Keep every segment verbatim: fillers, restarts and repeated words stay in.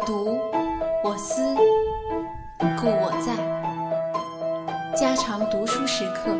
读，我思，故我在。家常读书时刻。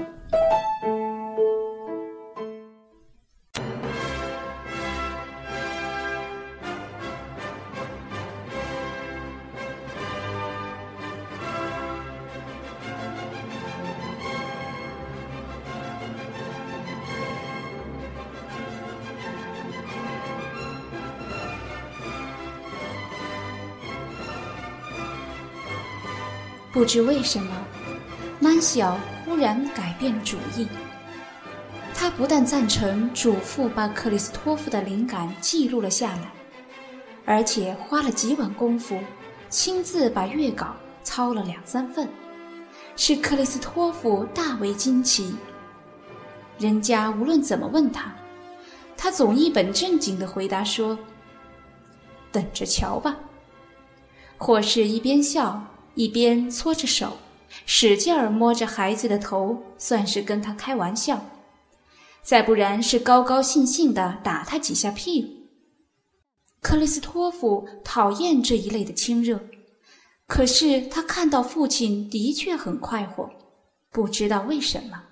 不知为什么，曼西奥忽然改变了主意。他不但赞成祖父把克里斯托夫的灵感记录了下来，而且花了几晚功夫，亲自把月稿抄了两三份，使克里斯托夫大为惊奇。人家无论怎么问他，他总一本正经地回答说：“等着瞧吧。”或是一边笑一边搓着手，使劲儿摸着孩子的头，算是跟他开玩笑；再不然是高高兴兴地打他几下屁股。克里斯托夫讨厌这一类的亲热，可是他看到父亲的确很快活，不知道为什么。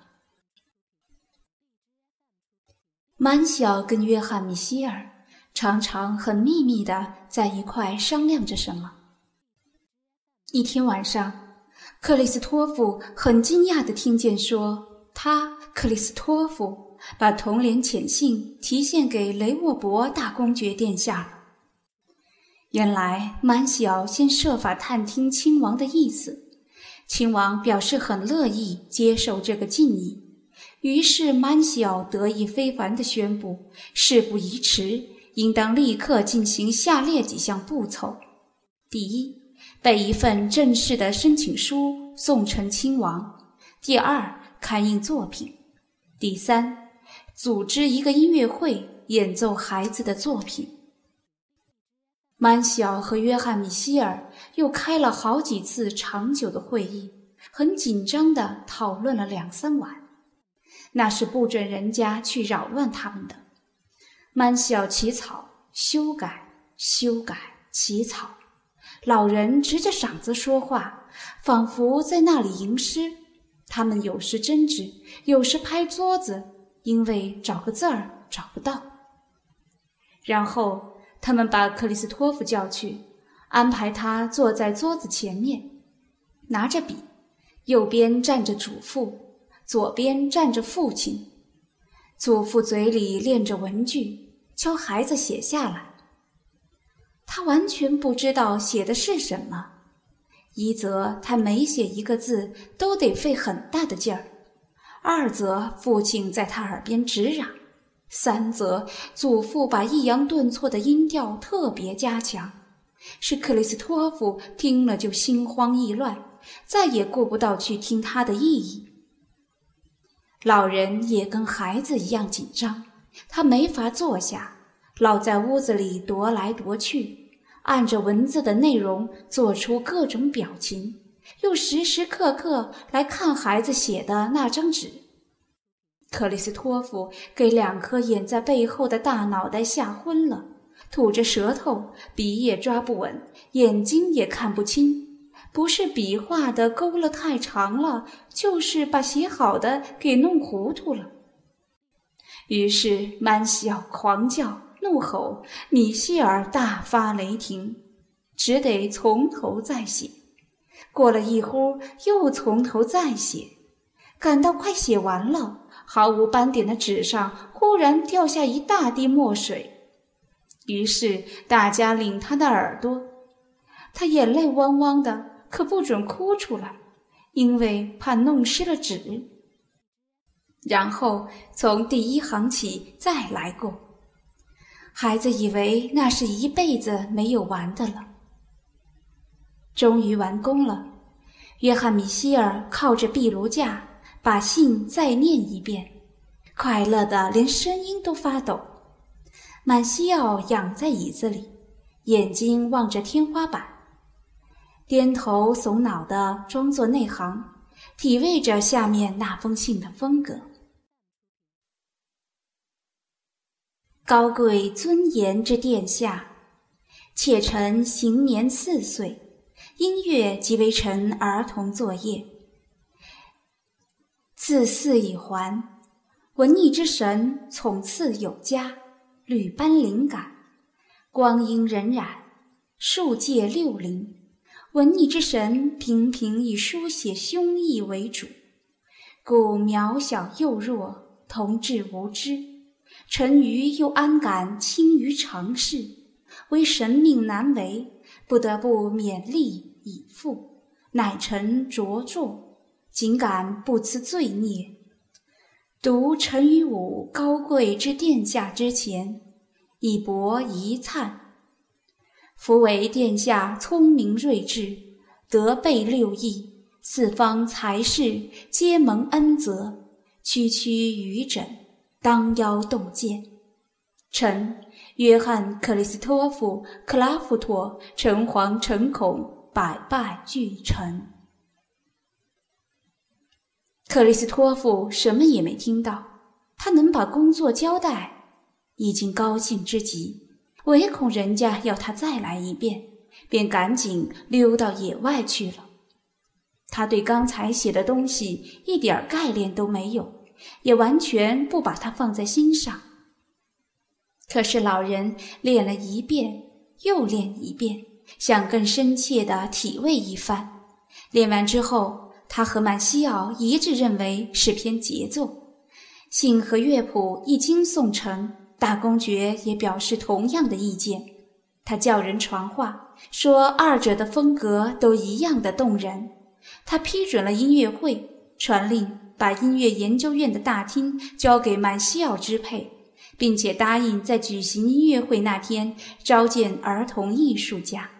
曼西奥跟约翰米歇尔常常很秘密地在一块商量着什么。一天晚上，克里斯托夫很惊讶地听见说，他克里斯托夫把童年潜信提献给雷沃伯大公爵殿下了。原来曼西奥先设法探听亲王的意思，亲王表示很乐意接受这个建议，于是曼西奥得意非凡地宣布，事不宜迟，应当立刻进行下列几项步骤：第一，备一份正式的申请书送呈亲王；第二，刊印作品；第三，组织一个音乐会演奏孩子的作品。曼西奥和约翰米歇尔又开了好几次长久的会议，很紧张地讨论了两三晚，那是不准人家去扰乱他们的。曼西奥起草，修改，修改，起草。老人直着嗓子说话，仿佛在那里吟诗。他们有时争执，有时拍桌子，因为找个字儿找不到。然后他们把克里斯托夫叫去，安排他坐在桌子前面，拿着笔，右边站着祖父，左边站着父亲。祖父嘴里念着文句，教孩子写下来。他完全不知道写的是什么，一则他每写一个字都得费很大的劲儿，二则父亲在他耳边直嚷，三则祖父把抑扬顿挫的音调特别加强，使克里斯托夫听了就心慌意乱，再也顾不到去听他的意义。老人也跟孩子一样紧张，他没法坐下，老在屋子里踱来踱去，按着文字的内容做出各种表情，又时时刻刻来看孩子写的那张纸。克里斯托夫给两颗掩在背后的大脑袋吓昏了，吐着舌头，笔也抓不稳，眼睛也看不清，不是笔画的勾了太长了，就是把写好的给弄糊涂了。于是曼西奥狂叫怒吼，米歇尔大发雷霆，只得从头再写。过了一会儿，又从头再写，赶到快写完了，毫无斑点的纸上忽然掉下一大滴墨水。于是大家拧他的耳朵，他眼泪汪汪的，可不准哭出来，因为怕弄湿了纸。然后从第一行起再来过。孩子以为那是一辈子没有完的了。终于完工了，约翰米歇尔靠着壁炉架把信再念一遍，快乐的连声音都发抖。曼西奥仰在椅子里，眼睛望着天花板，颠头耸脑地装作内行，体味着下面那封信的风格。高贵尊严之殿下， 妾臣行年四岁，音乐即为臣儿童作业。自四已还，文艺之神从次有加，屡颁灵感，光阴荏苒，数届六龄。文艺之神频频以书写胸臆为主，故渺小幼弱，童稚无知。臣愚又安敢轻于常事，为神命难为，不得不勉力以赴，乃臣拙作，仅感不辞罪孽。独臣于吾高贵之殿下之前，以博遗灿。夫为殿下聪明睿智，德备六艺，四方才士皆蒙恩泽，区区愚诊，当腰动剑。臣约翰·克里斯托弗·克拉夫托诚惶诚恐，百拜俱陈。克里斯托弗什么也没听到，他能把工作交代，已经高兴之极，唯恐人家要他再来一遍，便赶紧溜到野外去了。他对刚才写的东西一点概念都没有，也完全不把它放在心上。可是老人练了一遍又练一遍，想更深切地体味一番。练完之后，他和曼西奥一致认为是篇杰作。信和乐谱一经送成，大公爵也表示同样的意见。他叫人传话，说二者的风格都一样的动人。他批准了音乐会，传令把音乐研究院的大厅交给曼西奥支配，并且答应在举行音乐会那天召见儿童艺术家。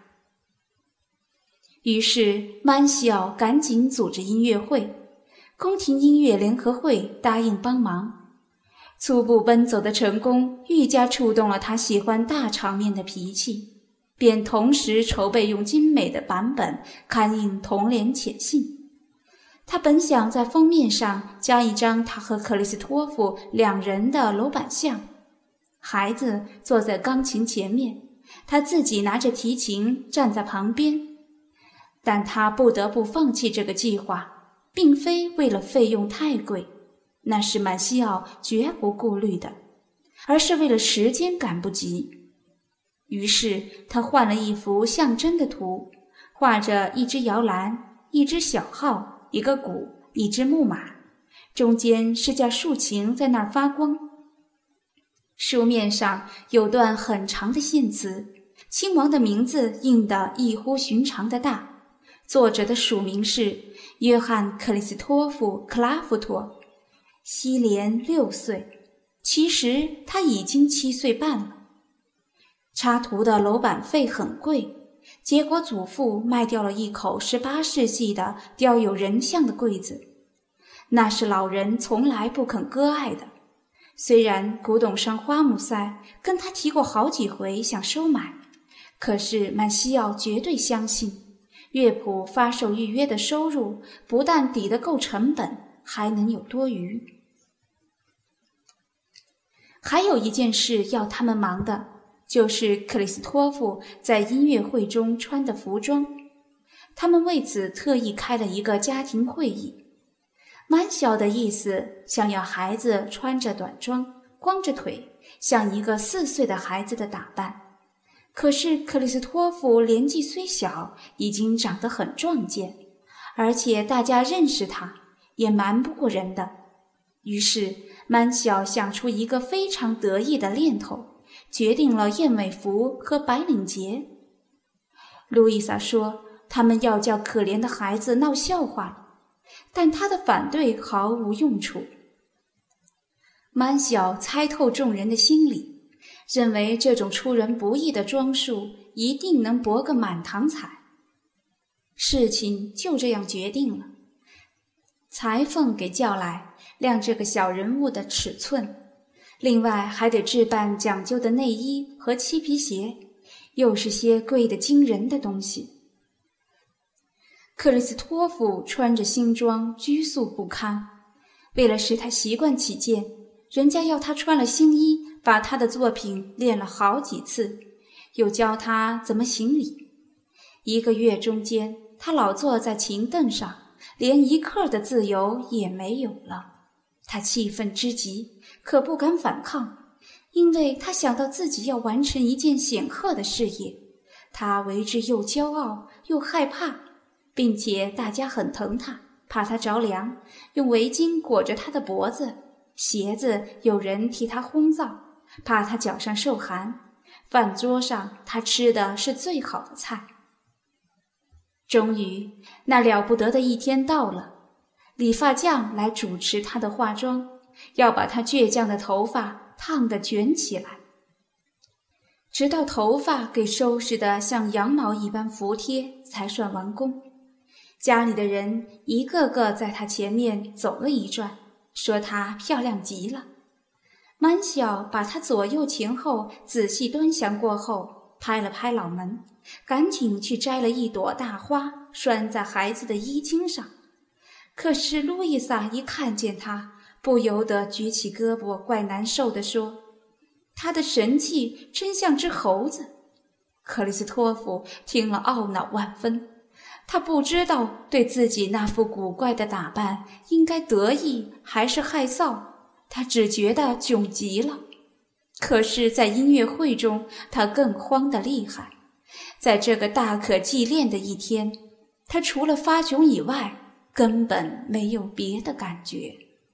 于是曼西奥赶紧组织音乐会，宫廷音乐联合会答应帮忙。粗步奔走的成功愈加触动了他喜欢大场面的脾气，便同时筹备用精美的版本刊印同联浅信。他本想在封面上加一张他和克里斯托弗两人的楼板像，孩子坐在钢琴前面，他自己拿着提琴站在旁边。但他不得不放弃这个计划，并非为了费用太贵，那是曼西奥绝不顾虑的，而是为了时间赶不及。于是他换了一幅象征的图，画着一只摇篮，一只小号，一个鼓，一只木马，中间是架竖琴在那儿发光。书面上有段很长的献词，亲王的名字印得异乎寻常的大，作者的署名是约翰·克里斯托弗·克拉夫托，西连六岁，其实他已经七岁半了。插图的楼板费很贵，结果祖父卖掉了一口十八世纪的雕有人像的柜子，那是老人从来不肯割爱的。虽然古董商花姆塞跟他提过好几回想收买，可是曼西奥绝对相信乐谱发售预约的收入不但抵得够成本，还能有多余。还有一件事要他们忙的，就是克里斯托弗在音乐会中穿的服装。他们为此特意开了一个家庭会议。蛮小的意思想要孩子穿着短装，光着腿，像一个四岁的孩子的打扮。可是克里斯托弗年纪虽小，已经长得很壮健，而且大家认识他，也瞒不过人的。于是曼小想出一个非常得意的念头，决定了燕尾服和白领结。路易莎说他们要叫可怜的孩子闹笑话了，但他的反对毫无用处。曼小猜透众人的心理，认为这种出人不意的装束一定能博个满堂彩。事情就这样决定了。裁缝给叫来，量这个小人物的尺寸，另外还得置办讲究的内衣和漆皮鞋，又是些贵得惊人的东西。克里斯托弗穿着新装，拘束不堪。为了使他习惯起见，人家要他穿了新衣，把他的作品练了好几次， 又教他怎么行礼。一个月中间，他老坐在琴凳上，连一刻的自由也没有了。他气愤之极，可不敢反抗，因为他想到自己要完成一件显赫的事业，他为之又骄傲又害怕，并且大家很疼他，怕他着凉，用围巾裹着他的脖子，鞋子有人替他烘皂，怕他脚上受寒。饭桌上他吃的是最好的菜。终于那了不得的一天到了，理发匠来主持他的化妆，要把他倔强的头发烫得卷起来，直到头发给收拾得像羊毛一般服帖才算完工。家里的人一个个在他前面走了一转，说她漂亮极了。满小把她左右前后仔细端详过后，拍了拍脑门，赶紧去摘了一朵大花拴在孩子的衣襟上。可是路易莎一看见他，不由得举起胳膊，怪难受地说：“他的神气真像只猴子。”克里斯托弗听了懊恼万分，他不知道对自己那副古怪的打扮应该得意还是害臊，他只觉得窘极了。可是在音乐会中，他更慌得厉害。在这个大可祭炼的一天，他除了发窘以外，根本没有别的感觉。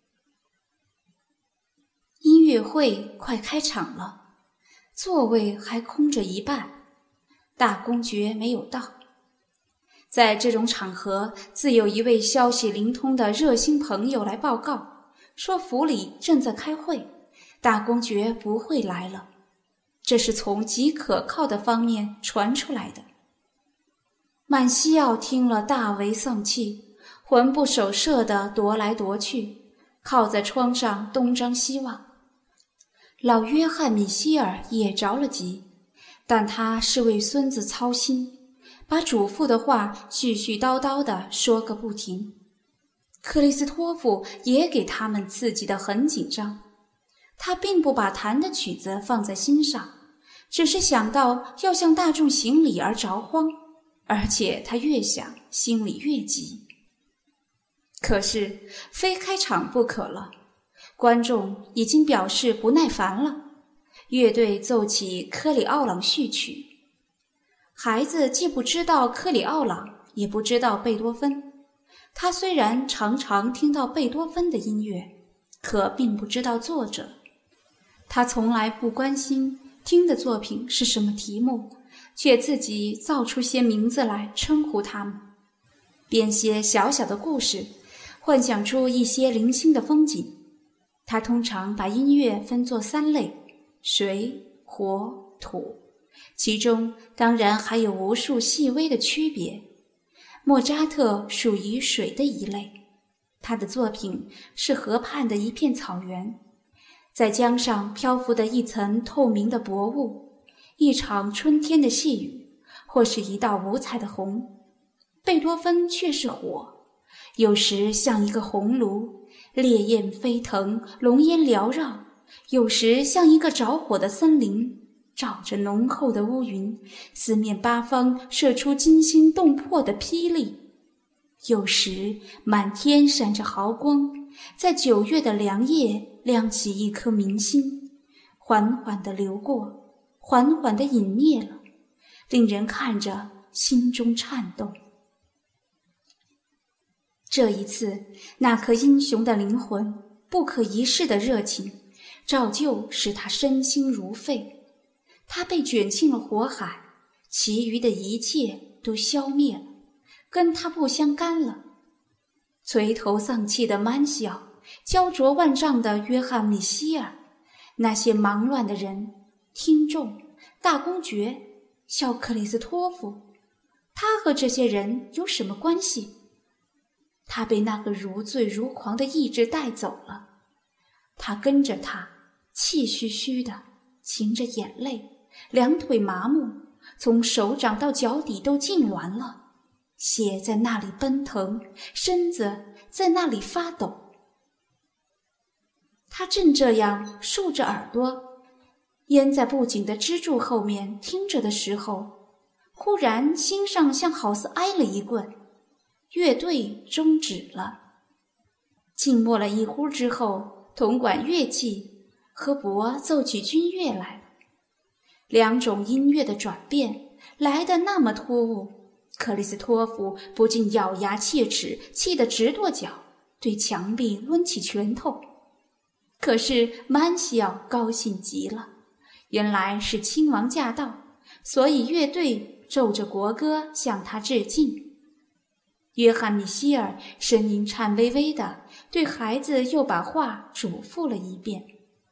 音乐会快开场了，座位还空着一半，大公爵没有到。在这种场合，自有一位消息灵通的热心朋友来报告，说府里正在开会，大公爵不会来了。这是从极可靠的方面传出来的。曼西奥听了大为丧气，魂不守舍地踱来踱去，靠在窗上东张西望。老约翰米歇尔也着了急，但他是为孙子操心，把嘱咐的话絮絮叨叨地说个不停。克里斯托弗也给他们刺激得很紧张，他并不把弹的曲子放在心上，只是想到要向大众行礼而着慌，而且他越想心里越急。可是非开场不可了，观众已经表示不耐烦了，乐队奏起科里奥朗序曲。孩子既不知道科里奥朗，也不知道贝多芬。他虽然常常听到贝多芬的音乐，可并不知道作者。他从来不关心听的作品是什么题目，却自己造出些名字来称呼他们，编些小小的故事，幻想出一些零星的风景。他通常把音乐分作三类：水、火、土，其中当然还有无数细微的区别。莫扎特属于水的一类，他的作品是河畔的一片草原，在江上漂浮的一层透明的薄雾，一场春天的细雨，或是一道五彩的虹。贝多芬却是火，有时像一个红炉，烈焰飞腾，浓烟缭绕；有时像一个着火的森林，罩着浓厚的乌云，四面八方射出惊心动魄的霹雳；有时满天闪着毫光，在九月的凉夜亮起一颗明星，缓缓地流过，缓缓地隐灭了，令人看着心中颤动。这一次，那颗英雄的灵魂，不可一世的热情，照旧使他身心如沸。他被卷进了火海，其余的一切都消灭了，跟他不相干了。垂头丧气的曼西奥，焦灼万丈的约翰米歇尔，那些忙乱的人，听众，大公爵，小克里斯托弗，他和这些人有什么关系？他被那个如醉如狂的意志带走了，他跟着他，气吁吁的，噙着眼泪，两腿麻木，从手掌到脚底都痉挛了，血在那里奔腾，身子在那里发抖。他正这样竖着耳朵， 淹在布景的支柱后面听着的时候，忽然心上像好似挨了一棍，乐队终止了。静默了一会儿之后，铜管乐器和钹奏起军乐来了。两种音乐的转变来得那么突兀，克里斯托弗不禁咬牙切齿，气得直跺脚，对墙壁抡起拳头。可是曼西奥高兴极了，原来是亲王驾到，所以乐队奏着国歌向他致敬。约翰米歇尔声音颤巍巍地对孩子又把话嘱咐了一遍。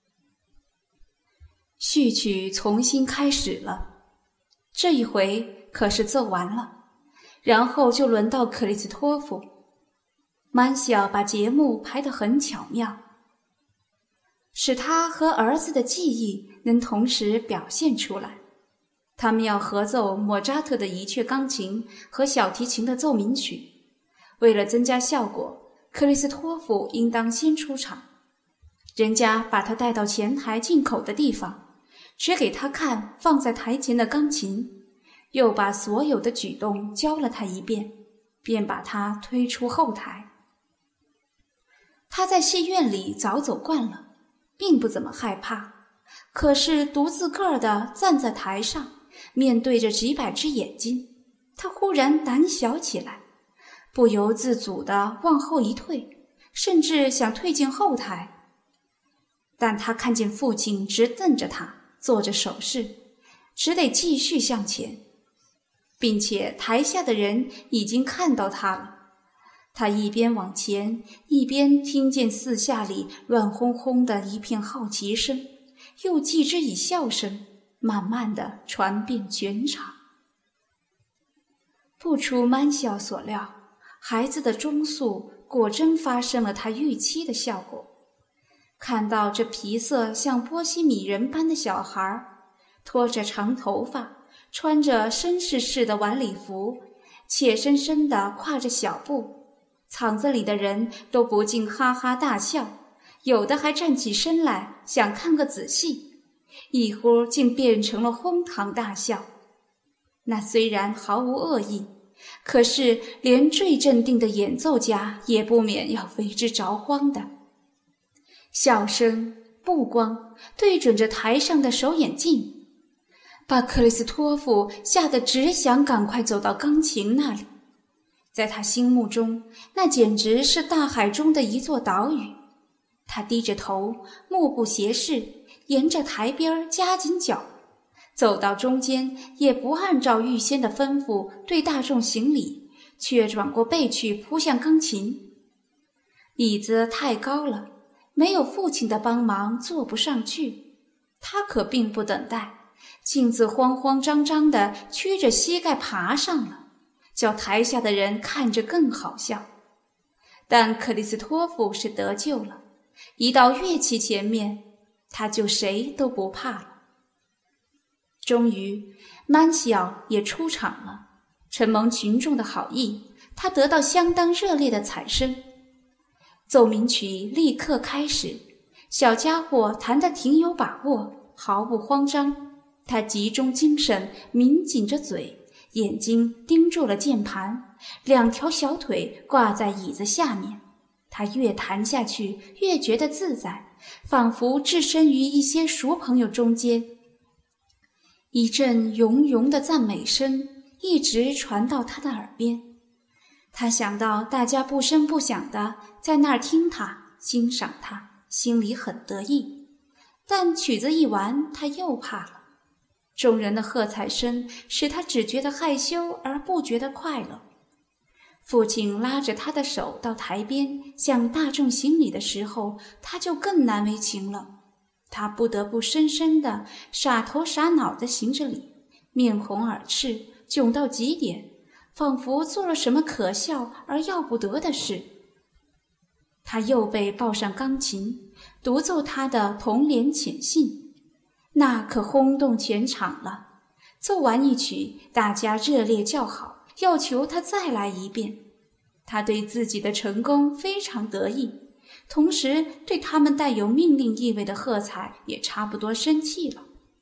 序曲重新开始了，这一回可是奏完了，然后就轮到克里斯托弗。曼西奥把节目排得很巧妙，使他和儿子的技艺能同时表现出来。他们要合奏莫扎特的一阙钢琴和小提琴的奏鸣曲，为了增加效果，克里斯托弗应当先出场。人家把他带到前台进口的地方，只给他看放在台前的钢琴，又把所有的举动教了他一遍，便把他推出后台。他在戏院里早走惯了，并不怎么害怕，可是独自个儿地站在台上，面对着几百只眼睛，他忽然胆小起来，不由自主地往后一退，甚至想退进后台。但他看见父亲直瞪着他，做着手势，只得继续向前，并且台下的人已经看到他了。他一边往前，一边听见四下里乱哄哄的一片好奇声，又继之以笑声，慢慢地传遍全场。不出曼西奥所料，孩子的中速果真发生了他预期的效果。看到这皮色像波西米人般的小孩，拖着长头发，穿着绅士式的晚礼服，怯生生地跨着小步，场子里的人都不禁哈哈大笑，有的还站起身来想看个仔细，一会儿竟变成了哄堂大笑。那虽然毫无恶意，可是连最镇定的演奏家也不免要为之着慌的。笑声、目光对准着台上的手眼镜，把克里斯托弗吓得只想赶快走到钢琴那里。在他心目中，那简直是大海中的一座岛屿。他低着头，目不斜视，沿着台边夹紧脚，走到中间，也不按照预先的吩咐对大众行礼，却转过背去扑向钢琴。椅子太高了，没有父亲的帮忙坐不上去。他可并不等待，径自慌慌张张地屈着膝盖爬上了，叫台下的人看着更好笑。但克里斯托弗是得救了，一到乐器前面，他就谁都不怕了。终于曼西奥也出场了，承蒙群众的好意，他得到相当热烈的采声。奏鸣曲立刻开始，小家伙弹得挺有把握，毫不慌张。他集中精神，抿紧着嘴，眼睛盯住了键盘，两条小腿挂在椅子下面。他越弹下去越觉得自在，仿佛置身于一些熟朋友中间。一阵融融的赞美声一直传到他的耳边，他想到大家不声不响地在那儿听他，欣赏他，心里很得意。但曲子一完，他又怕了。众人的喝彩声使他只觉得害羞而不觉得快乐。父亲拉着他的手到台边向大众行礼的时候，他就更难为情了。他不得不深深地傻头傻脑地行着礼，面红耳赤，窘到极点，仿佛做了什么可笑而要不得的事。他又被抱上钢琴，独奏他的童年浅信，那可轰动全场了。奏完一曲，大家热烈叫好，要求他再来一遍。他对自己的成功非常得意，同时对他们带有命令意味的喝彩也差不多生气了。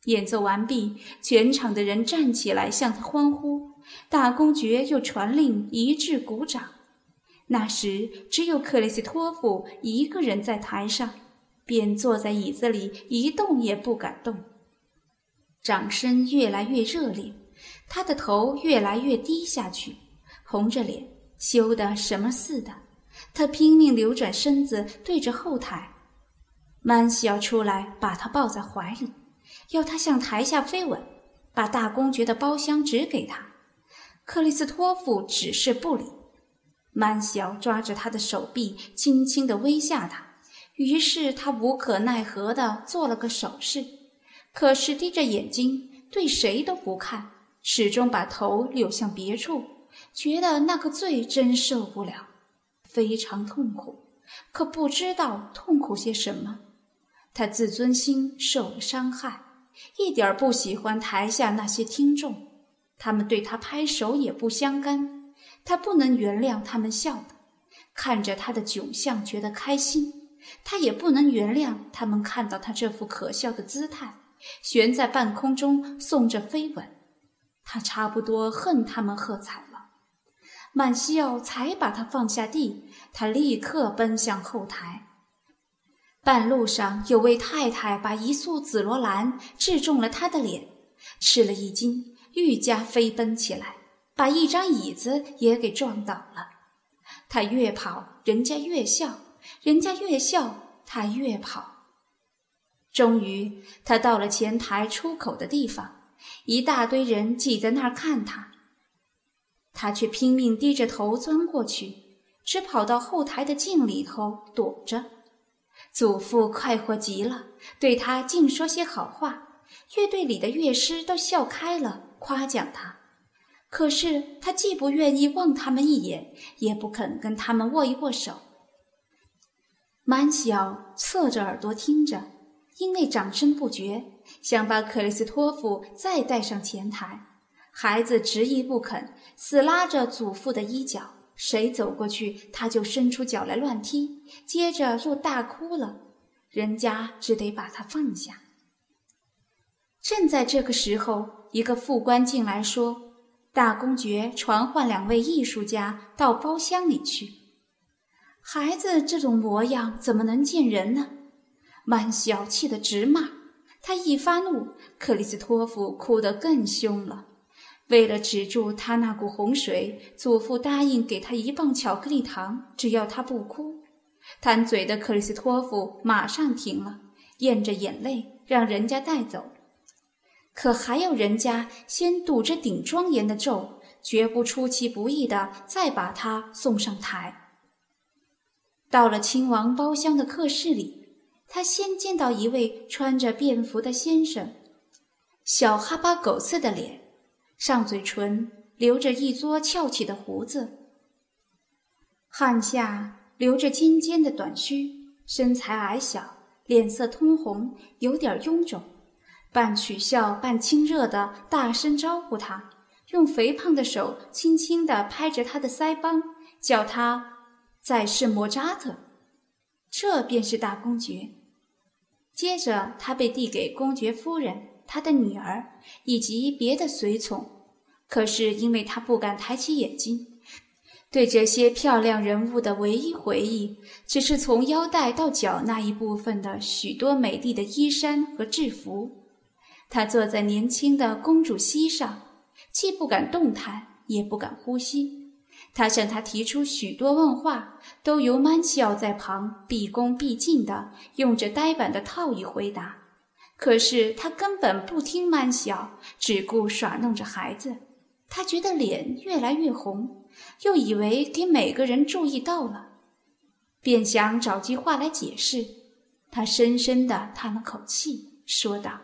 演奏完毕，全场的人站起来向他欢呼，大公爵又传令一致鼓掌。那时只有克里斯托弗一个人在台上，便坐在椅子里一动也不敢动。掌声越来越热烈，他的头越来越低下去，红着脸，羞得什么似的。他拼命扭转身子对着后台，曼西奥出来把他抱在怀里，要他向台下飞吻，把大公爵的包厢指给他。克里斯托弗只是不理。曼西奥抓着他的手臂，轻轻地微下他，于是他无可奈何地做了个手势，可是低着眼睛，对谁都不看，始终把头扭向别处，觉得那个罪真受不了，非常痛苦，可不知道痛苦些什么。他自尊心受了伤害，一点不喜欢台下那些听众，他们对他拍手也不相干，他不能原谅他们笑的，看着他的窘相觉得开心，他也不能原谅他们看到他这副可笑的姿态，悬在半空中送着飞吻。他差不多恨他们喝彩了。曼西奥才把他放下地，他立刻奔向后台。半路上有位太太把一束紫罗兰掷中了他的脸，吃了一惊，愈加飞奔起来，把一张椅子也给撞倒了。他越跑，人家越笑，人家越笑，他越跑。终于他到了前台出口的地方，一大堆人挤在那儿看他，他却拼命低着头钻过去，只跑到后台的镜里头躲着。祖父快活极了，对他净说些好话，乐队里的乐师都笑开了，夸奖他。可是他既不愿意望他们一眼，也不肯跟他们握一握手。曼西奥侧着耳朵听着，因为掌声不绝，想把克里斯托弗再带上前台。孩子执意不肯，死拉着祖父的衣角，谁走过去他就伸出脚来乱踢，接着又大哭了，人家只得把他放下。正在这个时候，一个副官进来说，大公爵传唤两位艺术家到包厢里去。孩子这种模样怎么能见人呢？曼西奥气得直骂，他一发怒，克里斯托弗哭得更凶了。为了止住他那股洪水，祖父答应给他一磅巧克力糖，只要他不哭。贪嘴的克里斯托弗马上停了，咽着眼泪让人家带走。可还有人家先堵着顶庄严的咒，绝不出其不意地再把他送上台。到了亲王包厢的客室里，他先见到一位穿着便服的先生，小哈巴狗似的脸，上嘴唇留着一撮翘起的胡子，汗下留着尖尖的短须，身材矮小，脸色通红，有点臃肿，半取笑半亲热地大声招呼他，用肥胖的手轻轻地拍着他的腮帮，叫他再是莫扎特。这便是大公爵。接着他被递给公爵夫人、他的女儿以及别的随从，可是因为他不敢抬起眼睛，对这些漂亮人物的唯一回忆只是从腰带到脚那一部分的许多美丽的衣衫和制服。他坐在年轻的公主膝上，既不敢动弹，也不敢呼吸。他向他提出许多问话，都由曼西奥在旁毕恭毕敬地用着呆板的套语回答。可是他根本不听曼西奥，只顾耍弄着孩子。他觉得脸越来越红，又以为给每个人注意到了，便想找句话来解释。他深深地叹了口气，说道：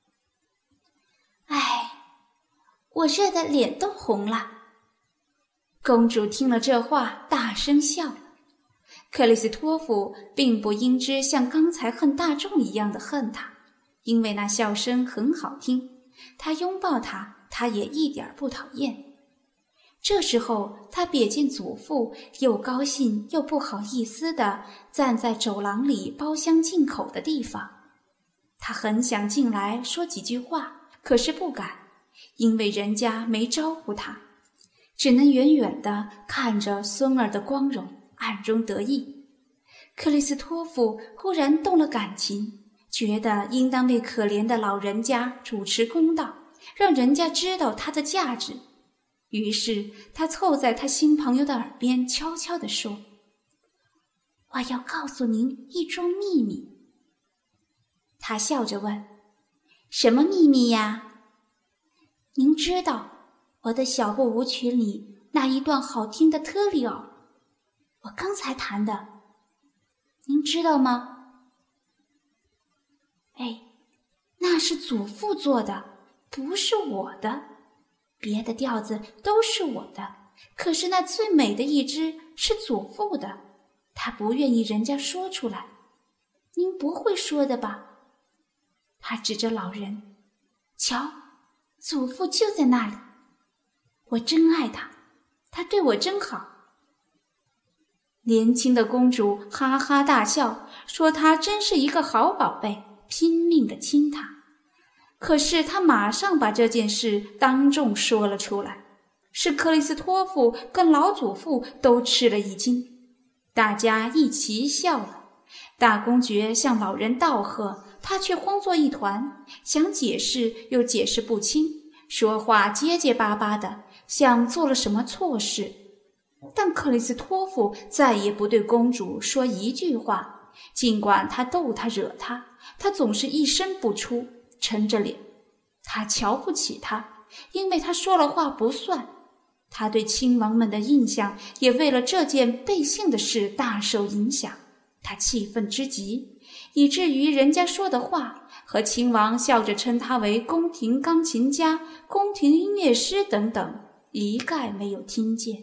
唉，我热得脸都红了。公主听了这话，大声笑了。克里斯托弗并不因之像刚才恨大众一样的恨他，因为那笑声很好听，他拥抱他，他也一点不讨厌。这时候他瞥见祖父又高兴又不好意思地站在走廊里包厢进口的地方。 他很想进来说几句话，可是不敢，因为人家没招呼他，只能远远地看着孙儿的光荣，暗中得意。克里斯托弗忽然动了感情，觉得应当为可怜的老人家主持公道，让人家知道他的价值。于是他凑在他新朋友的耳边悄悄地说：我要告诉您一桩秘密。他笑着问：什么秘密呀？您知道我的小步舞曲里那一段好听的特里奥，我刚才弹的，您知道吗？哎，那是祖父做的，不是我的。别的调子都是我的，可是那最美的一支是祖父的，他不愿意人家说出来。您不会说的吧？他指着老人，瞧，祖父就在那里。我真爱他，他对我真好。年轻的公主哈哈大笑，说他真是一个好宝贝，拼命地亲他。可是他马上把这件事当众说了出来，使克里斯托弗跟老祖父都吃了一惊。大家一齐笑了。大公爵向老人道贺，他却慌作一团，想解释又解释不清，说话结结巴巴的，像做了什么错事。但克里斯托弗再也不对公主说一句话，尽管他逗他惹他，他总是一声不出，沉着脸。他瞧不起他，因为他说了话不算。他对亲王们的印象也为了这件背信的事大受影响。他气愤之极，以至于人家说的话和亲王笑着称他为宫廷钢琴家、宫廷音乐师等等，一概没有听见。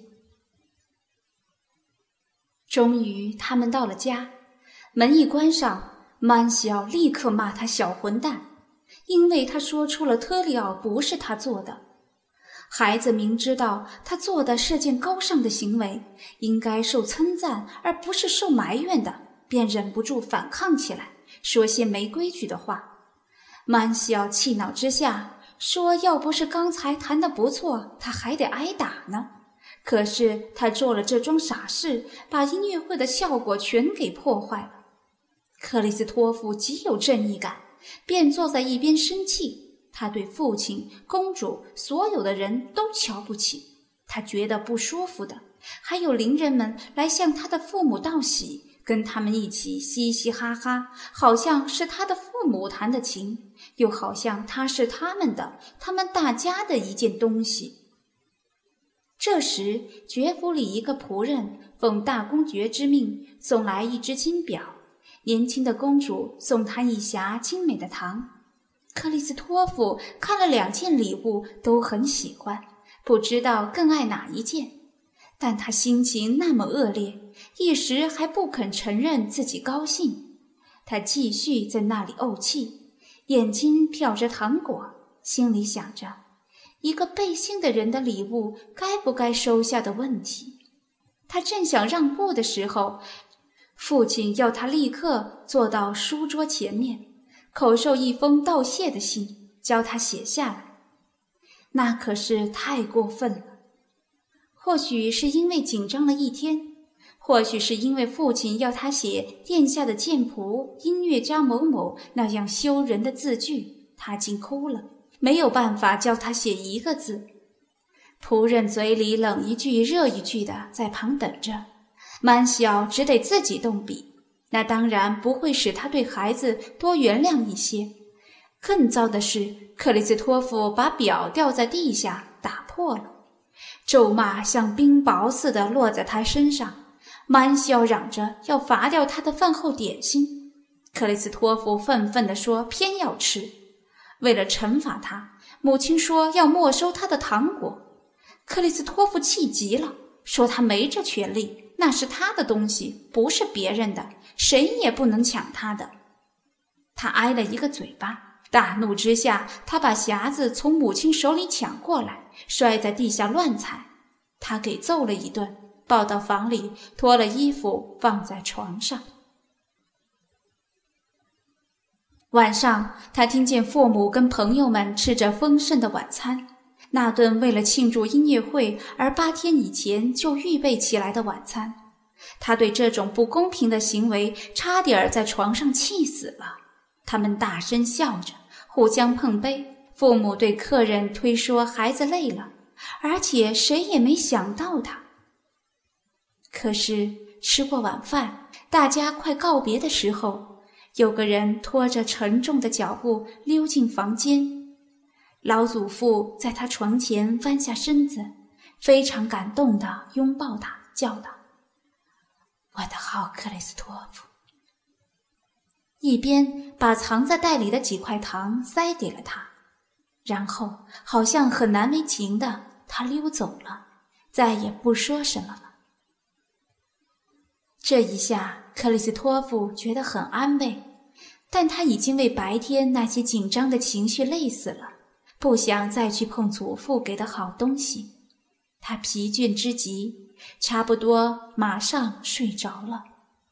终于他们到了家，门一关上，曼西奥立刻骂他小混蛋，因为他说出了特里奥不是他做的。孩子明知道他做的是件高尚的行为，应该受称赞而不是受埋怨的，便忍不住反抗起来，说些没规矩的话。曼西奥气恼之下说，要不是刚才弹得不错，他还得挨打呢。可是他做了这桩傻事，把音乐会的效果全给破坏了。克里斯托弗极有正义感，便坐在一边生气。他对父亲、公主所有的人都瞧不起，他觉得不舒服的还有邻人们来向他的父母道喜，跟他们一起嘻嘻哈哈，好像是他的父母弹的琴，又好像他是他们的，他们大家的一件东西。这时爵府里一个仆人奉大公爵之命送来一只金表，年轻的公主送他一匣精美的糖。克里斯托弗看了两件礼物都很喜欢，不知道更爱哪一件，但他心情那么恶劣，一时还不肯承认自己高兴。他继续在那里怄气，眼睛瞟着糖果，心里想着一个背信的人的礼物该不该收下的问题。他正想让步的时候，父亲要他立刻坐到书桌前面，口授一封道谢的信，教他写下来。那可是太过分了。或许是因为紧张了一天，或许是因为父亲要他写殿下的剑仆音乐家某某那样羞人的字句，他竟哭了，没有办法叫他写一个字。仆人嘴里冷一句热一句的在旁等着，曼西奥只得自己动笔，那当然不会使他对孩子多原谅一些。更糟的是，克里斯托弗把表掉在地下打破了，咒骂像冰雹似的落在他身上。曼西奥嚷着要罚掉他的饭后点心，克里斯托弗愤愤地说偏要吃。为了惩罚他，母亲说要没收他的糖果。克里斯托弗气极了，说他没这权利，那是他的东西，不是别人的，谁也不能抢他的。他挨了一个嘴巴，大怒之下，他把匣子从母亲手里抢过来，摔在地下乱踩。他给揍了一顿，抱到房里，脱了衣服放在床上。 晚上，他听见父母跟朋友们吃着丰盛的晚餐，那顿为了庆祝音乐会而八天以前就预备起来的晚餐。他对这种不公平的行为差点在床上气死了。他们大声笑着，互相碰杯。父母对客人推说孩子累了，而且谁也没想到他。可是吃过晚饭，大家快告别的时候，有个人拖着沉重的脚步溜进房间。老祖父在他床前弯下身子，非常感动地拥抱他，叫道：“我的好克里斯托夫。”一边把藏在袋里的几块糖塞给了他，然后好像很难为情的，他溜走了，再也不说什么了。这一下克里斯托夫觉得很安慰，但他已经为白天那些紧张的情绪累死了，不想再去碰祖父给的好东西。他疲倦之极，差不多马上睡着了。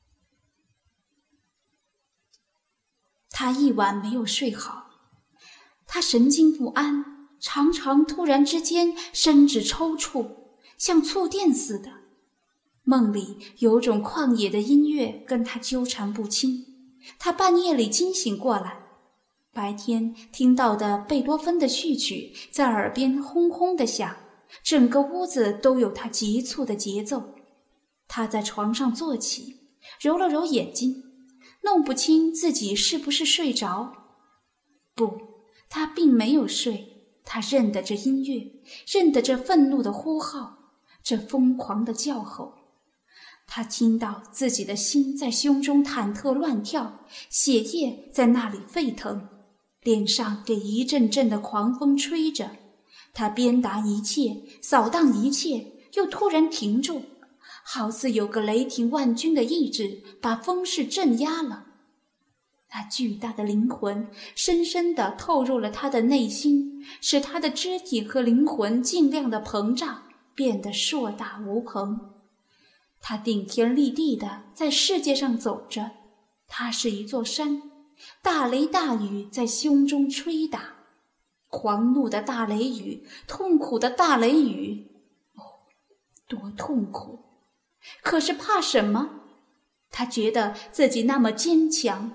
他一晚没有睡好，他神经不安，常常突然之间身子抽搐，像触电似的。梦里有种旷野的音乐跟他纠缠不清，他半夜里惊醒过来，白天听到的贝多芬的序曲在耳边轰轰地响，整个屋子都有他急促的节奏。他在床上坐起，揉了揉眼睛，弄不清自己是不是睡着。不，他并没有睡，他认得这音乐，认得这愤怒的呼号，这疯狂的叫吼。他听到自己的心在胸中忐忑乱跳，血液在那里沸腾，脸上给一阵阵的狂风吹着。他鞭打一切，扫荡一切，又突然停住，好似有个雷霆万钧的意志把风势镇压了。那巨大的灵魂深深地透入了他的内心，使他的肢体和灵魂尽量的膨胀，变得硕大无朋。他顶天立地地在世界上走着，他是一座山，大雷大雨在胸中吹打，狂怒的大雷雨，痛苦的大雷雨，哦，多痛苦！可是怕什么？他觉得自己那么坚强。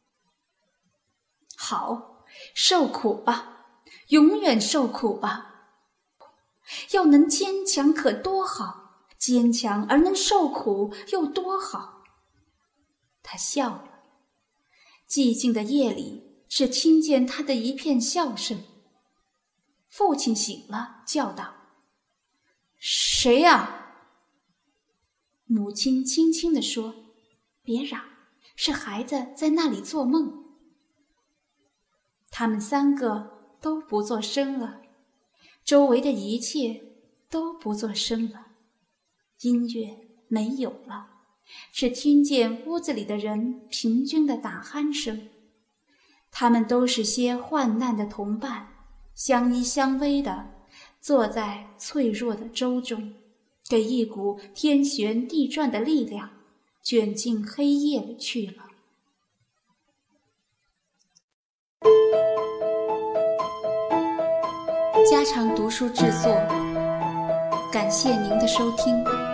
好，受苦吧，永远受苦吧。要能坚强可多好，坚强而能受苦又多好。他笑了，寂静的夜里只听见他的一片笑声。父亲醒了，叫道：“谁呀？”母亲轻轻地说：“别嚷，是孩子在那里做梦。”他们三个都不作声了，周围的一切都不作声了，音乐没有了，只听见屋子里的人平均的打鼾声。他们都是些患难的同伴，相依相偎的坐在脆弱的舟中，给一股天旋地转的力量卷进黑夜里去了。家常读书制作，感谢您的收听。